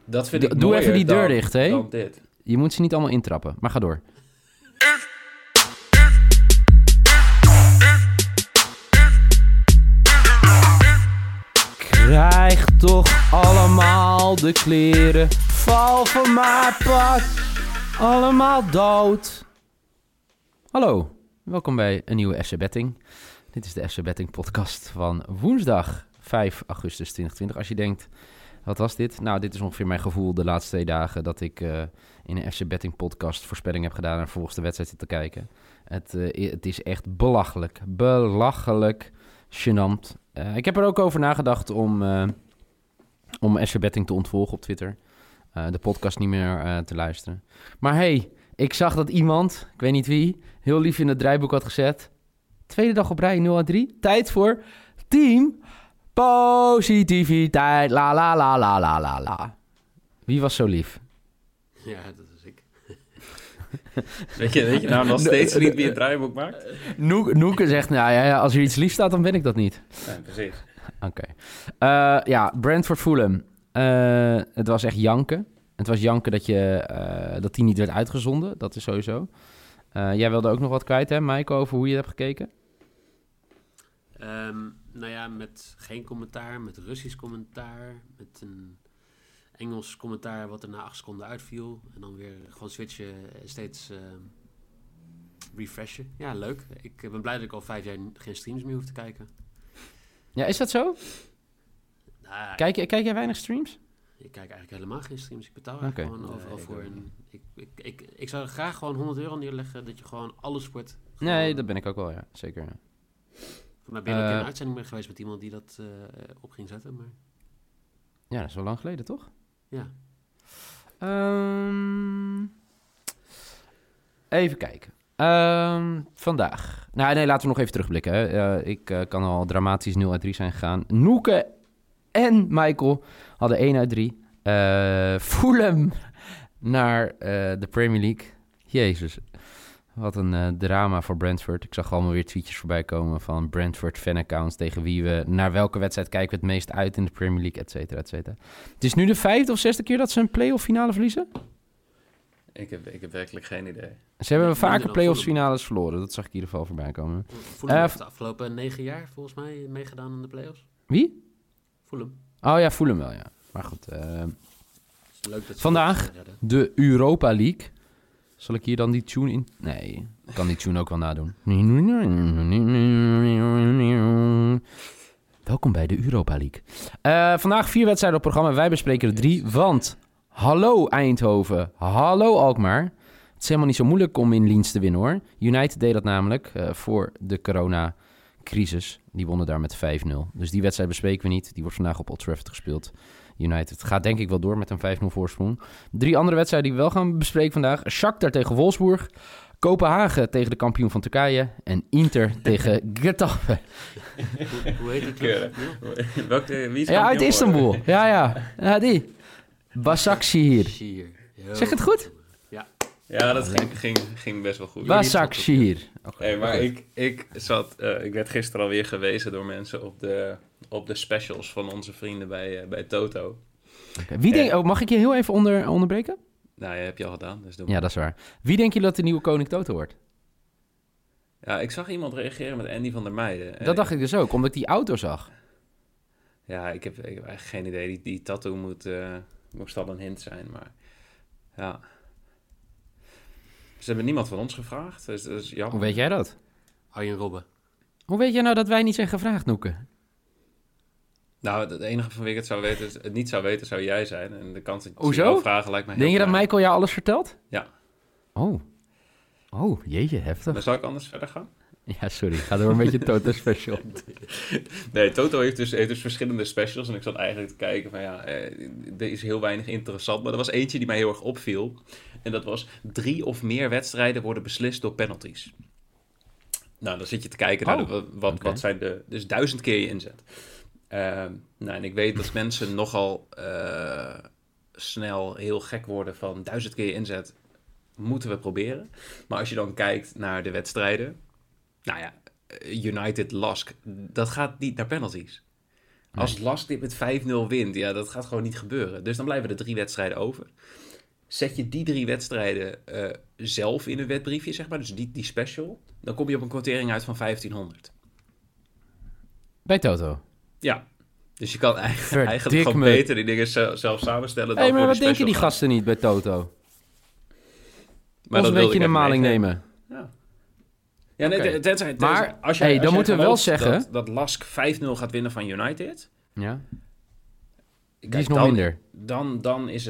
Dat vind ik Doe mooier even die deur dan, dicht, hè? dan dit. Je moet ze niet allemaal intrappen, maar ga door. Krijg toch allemaal de kleren, val van mijn pad, allemaal dood. Hallo, welkom bij een nieuwe FC Betting. Dit is de FC Betting podcast van woensdag 5 augustus 2020. Als je denkt, wat was dit? Nou, dit is ongeveer mijn gevoel de laatste 2 dagen dat ik in een FC Betting podcast voorspelling heb gedaan en vervolgens de wedstrijd zit te kijken. Het is echt belachelijk gênant. Ik heb er ook over nagedacht om FC Betting te ontvolgen op Twitter. De podcast niet meer te luisteren. Maar hey, ik zag dat iemand, ik weet niet wie, heel lief in het draaiboek had gezet. Tweede dag op rij 0-3. Tijd voor Team Positiviteit. La la la la la la la. Wie was zo lief? Ja, dat is ik. weet je nou nog steeds niet wie het draaiboek maakt? Noeke zegt, nou ja, als er iets lief staat, dan ben ik dat niet. Ja, precies. Oké. Ja, Brentford Fulham. Het was echt janken. Het was janken dat die niet werd uitgezonden. Dat is sowieso. Jij wilde ook nog wat kwijt, hè, Maaike, over hoe je het hebt gekeken? Nou ja, met geen commentaar, met Russisch commentaar, met een Engels commentaar wat er na 8 seconden uitviel. En dan weer gewoon switchen, steeds refreshen. Ja, leuk. Ik ben blij dat ik al 5 jaar geen streams meer hoef te kijken. Ja, is dat zo? Nou, Kijk jij weinig streams? ik kijk eigenlijk helemaal geen streams. Ik betaal eigenlijk gewoon overal voor. En ik zou er graag gewoon €100 neerleggen dat je gewoon alles sport. Nee, dat ben ik ook wel, ja. Zeker, ja. Voor mij ben je ook in een uitzending mee geweest met iemand die dat op ging zetten. Maar Ja, dat is wel lang geleden, toch? ja. Even kijken. Vandaag. Nee, laten we nog even terugblikken. Hè. Ik kan al dramatisch 0-3 zijn gegaan. Noeke en Michael hadden 1-3. Fulham naar de Premier League. Jezus. Wat een drama voor Brentford. Ik zag allemaal weer tweetjes voorbij komen van Brentford fanaccounts tegen wie we, naar welke wedstrijd kijken we het meest uit in de Premier League, et cetera, et cetera. Het is nu de 5e of 6e keer dat ze een play-off finale verliezen? Ik heb werkelijk geen idee. Ze hebben Minder vaker dan play-offs Fulham. finales verloren. Dat zag ik in ieder geval voorbij komen. Fulham heeft de afgelopen 9 jaar volgens mij meegedaan in de play-offs. Wie? Fulham. Oh ja, Fulham wel, ja. Maar goed. Leuk dat ze Vandaag dat redden. de Europa League. Zal ik hier dan die tune in? Nee, ik kan die tune ook wel nadoen. Welkom bij de Europa League. Vandaag 4 wedstrijden op programma. Wij bespreken er 3, want hallo Eindhoven, hallo Alkmaar. Het is helemaal niet zo moeilijk om in Liens te winnen, hoor. United deed dat namelijk voor de coronacrisis. Die wonnen daar met 5-0. Dus die wedstrijd bespreken we niet. Die wordt vandaag op Old Trafford gespeeld. United gaat denk ik wel door met een 5-0 voorsprong. 3 andere wedstrijden die we wel gaan bespreken vandaag. Shakhtar tegen Wolfsburg. Kopenhagen tegen de kampioen van Turkije. En Inter tegen Getafe. Hoe heet die club? Wie is Ja, uit kampioen Istanbul. Ja, die. Başakşehir. Shir. Zeg het goed? Ja. Ja, dat ging best wel goed. Başakşehir. Hey, maar ik werd gisteren alweer gewezen door mensen op de specials van onze vrienden bij Toto. Okay. Mag ik je heel even onderbreken? Nou, ja, heb je al gedaan, dus doe Ja, maar. dat is waar. Wie denken jullie dat de nieuwe koning Toto wordt? Ja, ik zag iemand reageren met Andy van der Meijden. Dat dacht ik dus ook, omdat ik die auto zag. Ja, ik heb eigenlijk geen idee. Die tattoo moest al een hint zijn, maar ja. Ze hebben niemand van ons gevraagd, dus dat is jammer. Hoe weet jij dat? Arjen Robben. Hoe weet jij nou dat wij niet zijn gevraagd, Noeke? Nou, het enige van wie ik het niet zou weten, zou jij zijn. En de kans dat je Hoezo? jou vragen lijkt mij heel Denk je dat klein. Michael jou alles vertelt? Ja. Oh, jeetje, heftig. Maar zal ik anders verder gaan? Ja, sorry. Ga door een beetje Toto special. Nee, Toto heeft dus verschillende specials. En ik zat eigenlijk te kijken van ja, er is heel weinig interessant. Maar er was eentje die mij heel erg opviel. En dat was 3 of meer wedstrijden worden beslist door penalties. Nou, dan zit je te kijken naar wat zijn dus 1000 keer je inzet. Nou, en ik weet dat mensen nogal snel heel gek worden van 1000 keer je inzet. Moeten we proberen. Maar als je dan kijkt naar de wedstrijden. Nou ja, United Lask, dat gaat niet naar penalties. Als Lask dit met 5-0 wint, ja, dat gaat gewoon niet gebeuren. Dus dan blijven er 3 wedstrijden over. Zet je die 3 wedstrijden zelf in een wedbriefje, zeg maar, dus die special, dan kom je op een quotering uit van 1500. Bij Toto. Ja, dus je kan eigenlijk gewoon beter die dingen zelf samenstellen. Hé, maar wat denken die gasten niet bij Toto? Maar ons een beetje een maling nemen. Ja. Ja, nee, tenzij, maar als jij, dan moeten we wel zeggen dat Lask 5-0 gaat winnen van United. Ja. Kijk, die is nog minder. Dan is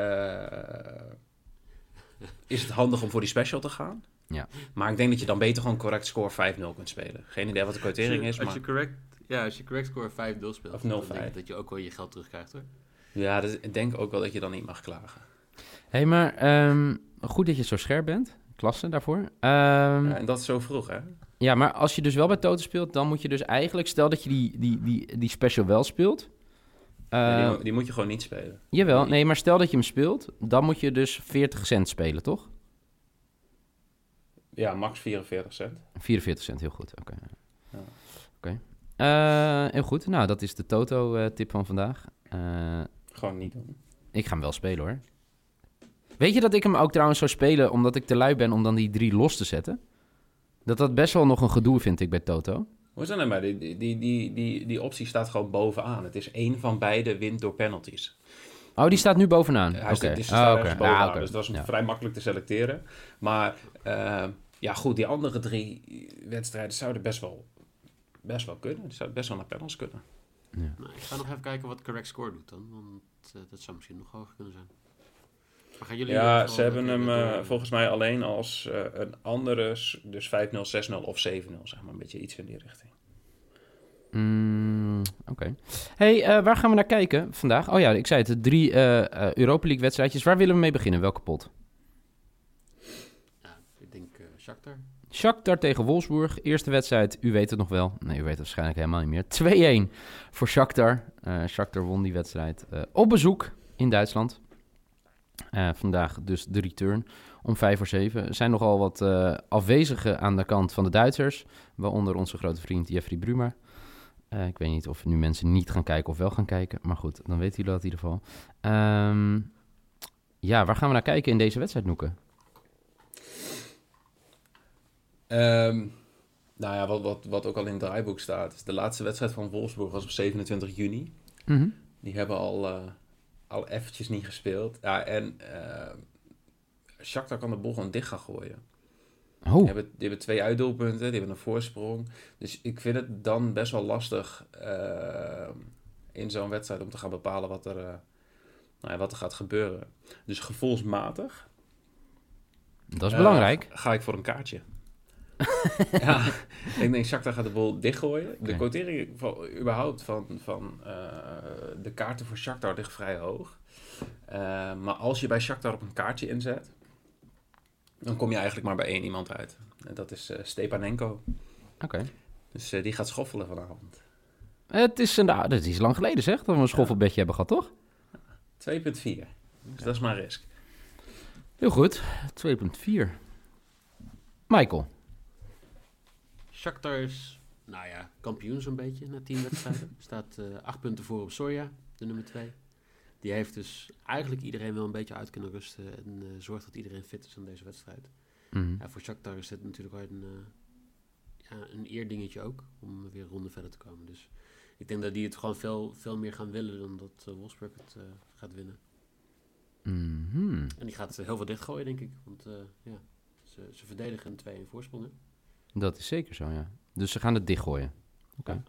het handig om voor die special te gaan. Ja. Maar ik denk dat je dan beter gewoon correct score 5-0 kunt spelen. Geen idee wat de quotering is, als je correct score 5-0 speelt, of 0-5. dan denk ik dat je ook wel je geld terugkrijgt, hoor. Ja, ik denk ook wel dat je dan niet mag klagen. Hé, maar goed dat je zo scherp bent. Klasse daarvoor. Ja, en dat is zo vroeg, hè? Ja, maar als je dus wel bij Toto speelt, dan moet je dus eigenlijk... Stel dat je die special wel speelt. Die moet je gewoon niet spelen. Jawel, nee, maar stel dat je hem speelt, dan moet je dus 40 cent spelen, toch? Ja, max 44 cent. 44 cent, heel goed. Oké. Ja. Oké. Heel goed. Nou, dat is de Toto-tip van vandaag. Gewoon niet doen. Ik ga hem wel spelen, hoor. Weet je dat ik hem ook trouwens zou spelen omdat ik te lui ben om dan die 3 los te zetten? Dat best wel nog een gedoe vind ik bij Toto. Hoe is dat nou maar? Die optie staat gewoon bovenaan. Het is één van beide wint door penalties. Oh, die staat nu bovenaan. Hij Oké. staat ergens bovenaan, oké. dus dat was vrij makkelijk te selecteren. Maar ja, goed, die andere 3 wedstrijden zouden best wel kunnen. Die zouden best wel naar penalties kunnen. Ja. Nou, ik ga nog even kijken wat correct score doet dan. Want dat zou misschien nog hoger kunnen zijn. Maar gaan jullie Ze hebben hem volgens mij alleen als een andere, dus 5-0, 6-0 of 7-0, zeg maar. Een beetje iets in die richting. Oké. Hey, waar gaan we naar kijken vandaag? Oh ja, ik zei het, de 3 Europa League wedstrijdjes. Waar willen we mee beginnen? Welke pot? Ja, ik denk Shakhtar. Shakhtar tegen Wolfsburg. Eerste wedstrijd, u weet het nog wel. Nee, u weet het waarschijnlijk helemaal niet meer. 2-1 voor Shakhtar. Shakhtar won die wedstrijd op bezoek in Duitsland. Vandaag dus de return om 5:07. Er zijn nogal wat afwezigen aan de kant van de Duitsers. Waaronder onze grote vriend Jeffrey Bruma. Ik weet niet of nu mensen niet gaan kijken of wel gaan kijken. Maar goed, dan weten jullie dat in ieder geval. Ja, waar gaan we naar kijken in deze wedstrijd, Noeke? Nou ja, wat ook al in het draaiboek staat, is de laatste wedstrijd van Wolfsburg was op 27 juni. Mm-hmm. Die hebben al eventjes niet gespeeld. Ja, en Shakhtar kan de bol gewoon dicht gaan gooien. Oh. Die hebben 2 uitdoelpunten, die hebben een voorsprong. Dus ik vind het dan best wel lastig in zo'n wedstrijd om te gaan bepalen wat er gaat gebeuren. Dus gevoelsmatig... Dat is belangrijk. Ga ik voor een kaartje. Ja, ik denk Shakhtar gaat de bol dichtgooien. De quotering überhaupt van de kaarten voor Shakhtar ligt vrij hoog. Maar als je bij Shakhtar op een kaartje inzet, dan kom je eigenlijk maar bij 1 iemand uit. En dat is Stepanenko. Oké. Dus die gaat schoffelen vanavond. Het is lang geleden, zeg, dat we een schoffelbedje hebben gehad, toch? 2,4. Dus dat is maar risk. Heel goed. 2,4. Michael. Shakhtar is, nou ja, kampioen zo'n beetje na 10 wedstrijden. Staat 8 punten voor op Soria, de nummer 2. Die heeft dus eigenlijk iedereen wel een beetje uit kunnen rusten en zorgt dat iedereen fit is aan deze wedstrijd. Mm-hmm. Ja, voor Shakhtar is dit natuurlijk wel een eerdingetje ook, om weer een ronde verder te komen. Dus ik denk dat die het gewoon veel meer gaan willen dan dat Wolfsburg het gaat winnen. Mm-hmm. En die gaat heel veel dichtgooien, denk ik. Want ze verdedigen een 2-1 voorsprong, hè? Dat is zeker zo, ja. Dus ze gaan het dichtgooien. Oké.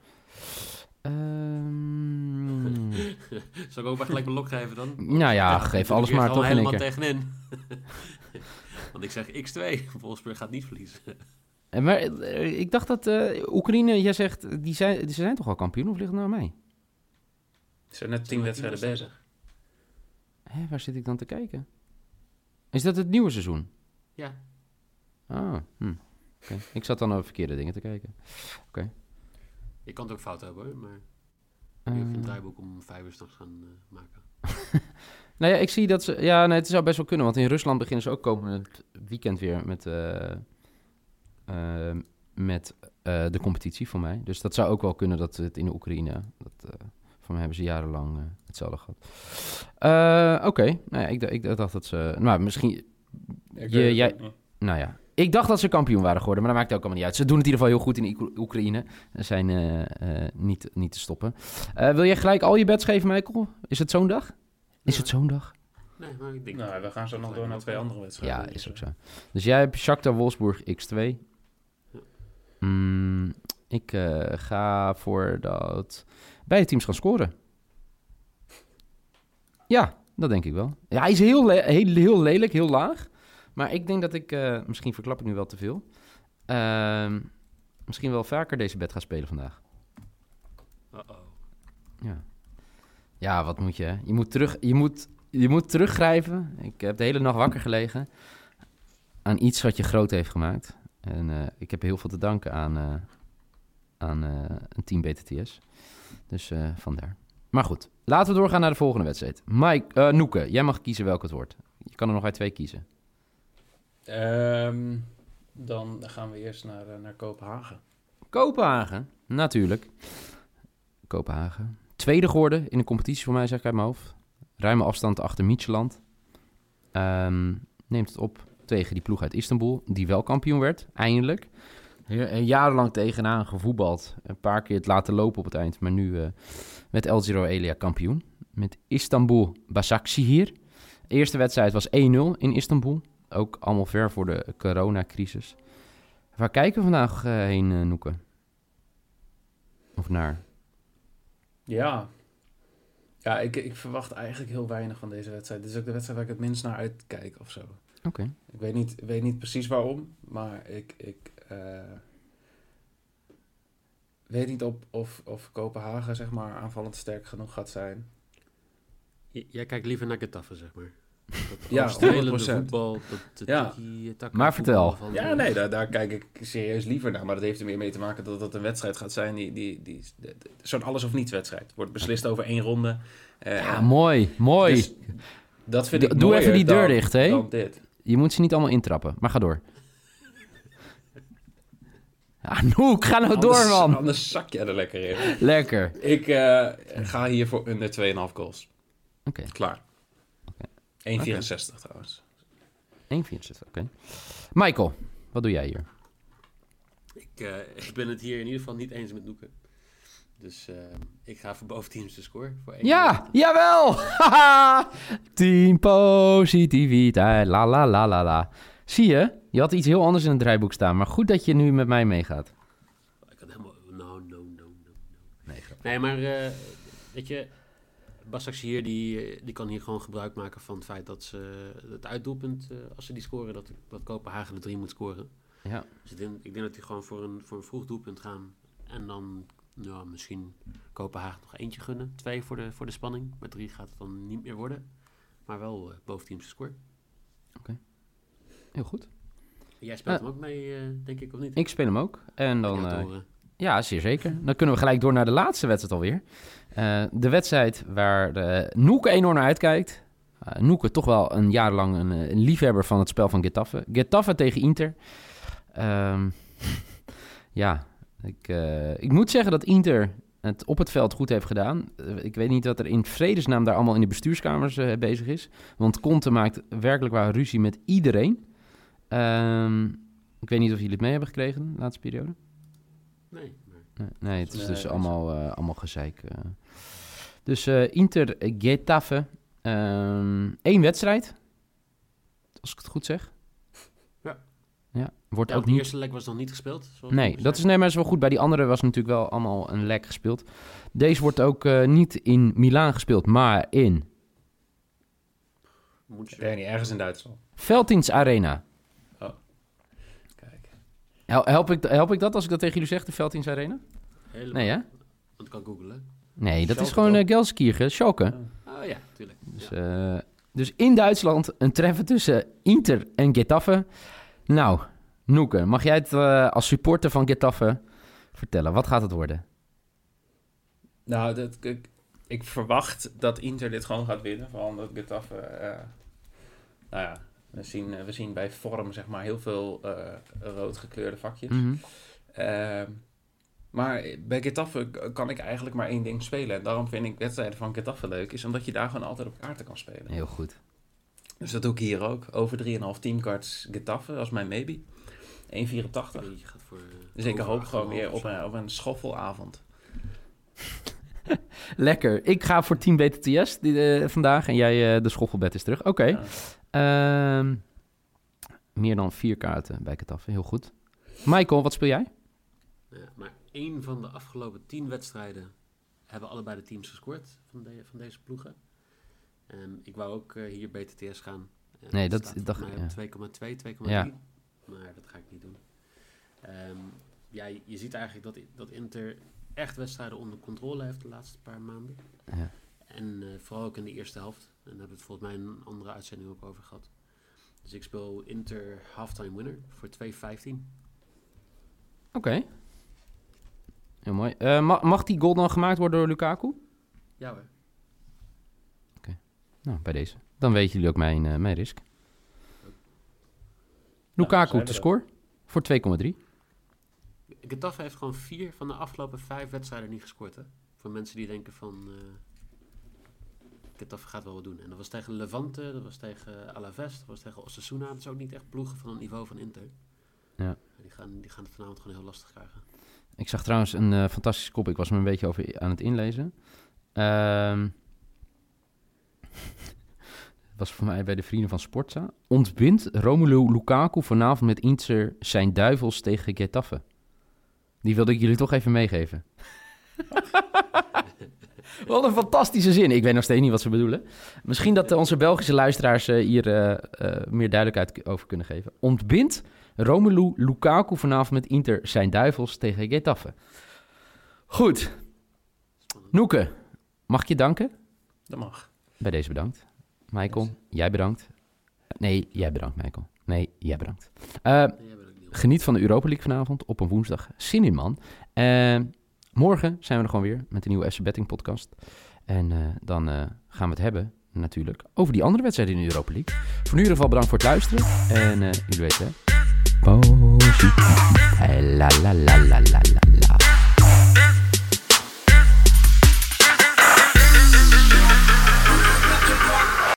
Zal ik ook maar gelijk een lok geven dan? Nou ja, geef alles maar toch in één helemaal keer. tegenin. Want ik zeg X2. Wolfsburg gaat niet verliezen. Maar ik dacht dat Oekraïne, jij zegt, ze zijn toch al kampioen of ligt het nou aan mij? Ze zijn net 10 wedstrijden bezig. Hé, waar zit ik dan te kijken? Is dat het nieuwe seizoen? Ja. Ah, oké. Ik zat dan over verkeerde dingen te kijken. Oké. Je kan het ook fout hebben, hoor. Maar je hoeft een draaiboek om 5 uur 's nachts gaan maken. Nou ja, ik zie dat ze... Ja, nee, het zou best wel kunnen. Want in Rusland beginnen ze ook komend weekend weer met de competitie voor mij. Dus dat zou ook wel kunnen dat het in de Oekraïne... Voor mij hebben ze jarenlang hetzelfde gehad. Oké. Nou ja, ik dacht dat ze... Nou, misschien... Nou ja, ik dacht dat ze kampioen waren geworden, maar dat maakt ook allemaal niet uit. Ze doen het in ieder geval heel goed in Oekraïne. Ze zijn niet te stoppen. Wil jij gelijk al je bets geven, Michael? Is het zo'n dag? Is het zo'n dag? Nee, maar ik denk... Nou, we gaan zo nog door naar 2 andere wedstrijden. Ja, is ook zo. Dus jij hebt Shakhtar Wolfsburg X2. Ik ga voor dat beide teams gaan scoren. Ja, dat denk ik wel. Ja, hij is heel lelijk, heel laag. Maar ik denk dat ik... misschien verklap ik nu wel te veel. Misschien wel vaker deze bet gaan spelen vandaag. Ja, wat moet je? Hè? Je moet teruggrijpen. Ik heb de hele nacht wakker gelegen aan iets wat je groot heeft gemaakt. En ik heb heel veel te danken aan een team BTTS. Dus vandaar. Maar goed, laten we doorgaan naar de volgende wedstrijd. Noeke, jij mag kiezen welke het wordt. Je kan er nog uit 2 kiezen. Dan gaan we eerst naar Kopenhagen. Kopenhagen, natuurlijk. Kopenhagen. Tweede geworden in de competitie voor mij, zeg ik uit mijn hoofd. Ruime afstand achter Midtjylland. Neemt het op tegen die ploeg uit Istanbul, die wel kampioen werd, eindelijk. Jarenlang tegenaan gevoetbald. Een paar keer het laten lopen op het eind. Maar nu met El Giro Elia kampioen. Met Istanbul Başakşehir. De eerste wedstrijd was 1-0 in Istanbul. Ook allemaal ver voor de coronacrisis. Waar kijken we vandaag heen, Noeke? Of naar? Ja, ik verwacht eigenlijk heel weinig van deze wedstrijd. Dit is ook de wedstrijd waar ik het minst naar uitkijk of zo. Oké. Ik weet niet precies waarom, maar ik weet niet of Kopenhagen, zeg maar, aanvallend sterk genoeg gaat zijn. Jij kijkt liever naar Getafe, zeg maar. Ja, strelende 100%. voetbal. Maar vertel. Ja, nee, daar kijk ik serieus liever naar. Maar dat heeft er meer mee te maken dat het een wedstrijd gaat zijn. Die zo'n alles of niets wedstrijd. Wordt beslist over 1 ronde. Ja, mooi. Dus dat vind ik Doe mooier even die deur dan, dicht, hè? dan dit. Je moet ze niet allemaal intrappen. Maar ga door. Ja, Noek, ga nou door, man. Anders zak je er lekker in. Lekker. Ik ga hier voor onder 2,5 goals. Oké. Klaar. 1,64 trouwens. 1,64, oké. Michael, wat doe jij hier? Ik ben het hier in ieder geval niet eens met Noeke. Dus ik ga voor boventeams de score. Voor 1-0. Ja, jawel! Haha! Team positiviteit, la la la la la. Zie je? Je had iets heel anders in het draaiboek staan, maar goed dat je nu met mij meegaat. Ik had helemaal... No. Nee, maar weet je... Başakşehir die kan hier gewoon gebruik maken van het feit dat ze het uitdoelpunt, als ze die scoren, dat Kopenhagen de 3 moet scoren. Ja. Dus ik denk dat die gewoon voor een vroeg doelpunt gaan. En dan misschien Kopenhagen nog eentje gunnen. 2 voor de spanning. Maar 3 gaat het dan niet meer worden. Maar wel boventeams score. Oké. Heel goed. Jij speelt hem ook mee, denk ik, of niet? Ik speel hem ook. En dan... Ja, te horen. Ja, zeer zeker. Dan kunnen we gelijk door naar de laatste wedstrijd alweer. De wedstrijd waar Noeke enorm naar uitkijkt. Noeke toch wel jarenlang een liefhebber van het spel van Getafe. Getafe tegen Inter. Ja, ik moet zeggen dat Inter het op het veld goed heeft gedaan. Ik weet niet wat er in vredesnaam daar allemaal in de bestuurskamers bezig is. Want Conte maakt werkelijk waar ruzie met iedereen. Ik weet niet of jullie het mee hebben gekregen de laatste periode. Nee, het is dus allemaal gezeik. Dus Inter Getafe. 1 wedstrijd. Als ik het goed zeg. Ja. Wordt ook de niet... eerste leg was nog niet gespeeld. Nee, maar is wel goed. Bij die andere was natuurlijk wel allemaal een leg gespeeld. Deze wordt ook niet in Milaan gespeeld, maar in... niet ergens in Duitsland. Veltins Arena. Kijk. Help ik dat als ik dat tegen jullie zeg, de Veltins Arena? Helemaal. Nee, hè? Want ik kan googlen. Nee, dat is Schalke gewoon Gelsenkirchen, Schalke. Oh ja, tuurlijk. Dus in Duitsland een treffen tussen Inter en Getafe. Nou, Noeke, mag jij het als supporter van Getafe vertellen? Wat gaat het worden? Nou, ik verwacht dat Inter dit gewoon gaat winnen. Vooral omdat Getafe... nou ja, we zien bij vorm zeg maar heel veel rood gekleurde vakjes. Mm-hmm. Maar bij Getafe kan ik eigenlijk maar één ding spelen. En daarom vind ik wedstrijden van Getafe leuk. Is omdat je daar gewoon altijd op kaarten kan spelen. Heel goed. Dus dat doe ik hier ook. Over 3,5 teamcards Getafe als mijn maybe. 1,84. Je gaat voor, Dus ik hoop gewoon 8,5 weer of zo. op een schoffelavond. Lekker. Ik ga voor Team BTTS vandaag en jij de schoffelbed is terug. Oké. Ja. Meer dan 4 kaarten bij Getafe. Heel goed. Michael, wat speel jij? Ja, maar 1 van de afgelopen 10 wedstrijden hebben allebei de teams gescoord van deze ploegen. Ik wou ook hier BTTS gaan. Nee, Het dat staat dacht volgens ik, mij op 2,2, 2,3. Ja. Maar dat ga ik niet doen. Je ziet eigenlijk dat Inter echt wedstrijden onder controle heeft de laatste paar maanden. Ja. En vooral ook in de eerste helft. En daar hebben we het volgens mij in een andere uitzending ook over gehad. Dus ik speel Inter halftime winner voor 2,15. Oké. Heel mooi. Mag die goal dan gemaakt worden door Lukaku? Ja hoor. Nou, bij deze. Dan weten jullie ook mijn risk. Lukaku zijn te we score voor 2,3. Getafe heeft gewoon 4 van de afgelopen 5 wedstrijden niet gescoord. Hè? Voor mensen die denken van... Getafe gaat wel wat doen. En dat was tegen Levante, dat was tegen Alaves, dat was tegen Osasuna. Dat is ook niet echt ploegen van het niveau van Inter. Ja. Die gaan het vanavond gewoon heel lastig krijgen. Ik zag trouwens een fantastische kop. Ik was me een beetje over aan het inlezen. Het was voor mij bij de vrienden van Sportza. Ontbindt Romelu Lukaku vanavond met Inter zijn duivels tegen Getafe? Die wilde ik jullie toch even meegeven. Wat een fantastische zin. Ik weet nog steeds niet wat ze bedoelen. Misschien dat onze Belgische luisteraars hier meer duidelijkheid over kunnen geven. Ontbindt Romelu Lukaku vanavond met Inter zijn duivels tegen Getafe? Goed. Spannend. Noeke, mag ik je danken? Dat mag. Bij deze bedankt. Michael, jij bedankt. Nee, jij bedankt, Michael. Nee, jij bedankt. En jij bent ook niet op. Geniet van de Europa League vanavond op een woensdag. Zin in, man. Morgen zijn we er gewoon weer met een nieuwe FC Betting podcast. En dan gaan we het hebben, natuurlijk, over die andere wedstrijden in de Europa League. Voor nu in ieder geval bedankt voor het luisteren. En jullie weten, hè. Positief. La la la la la.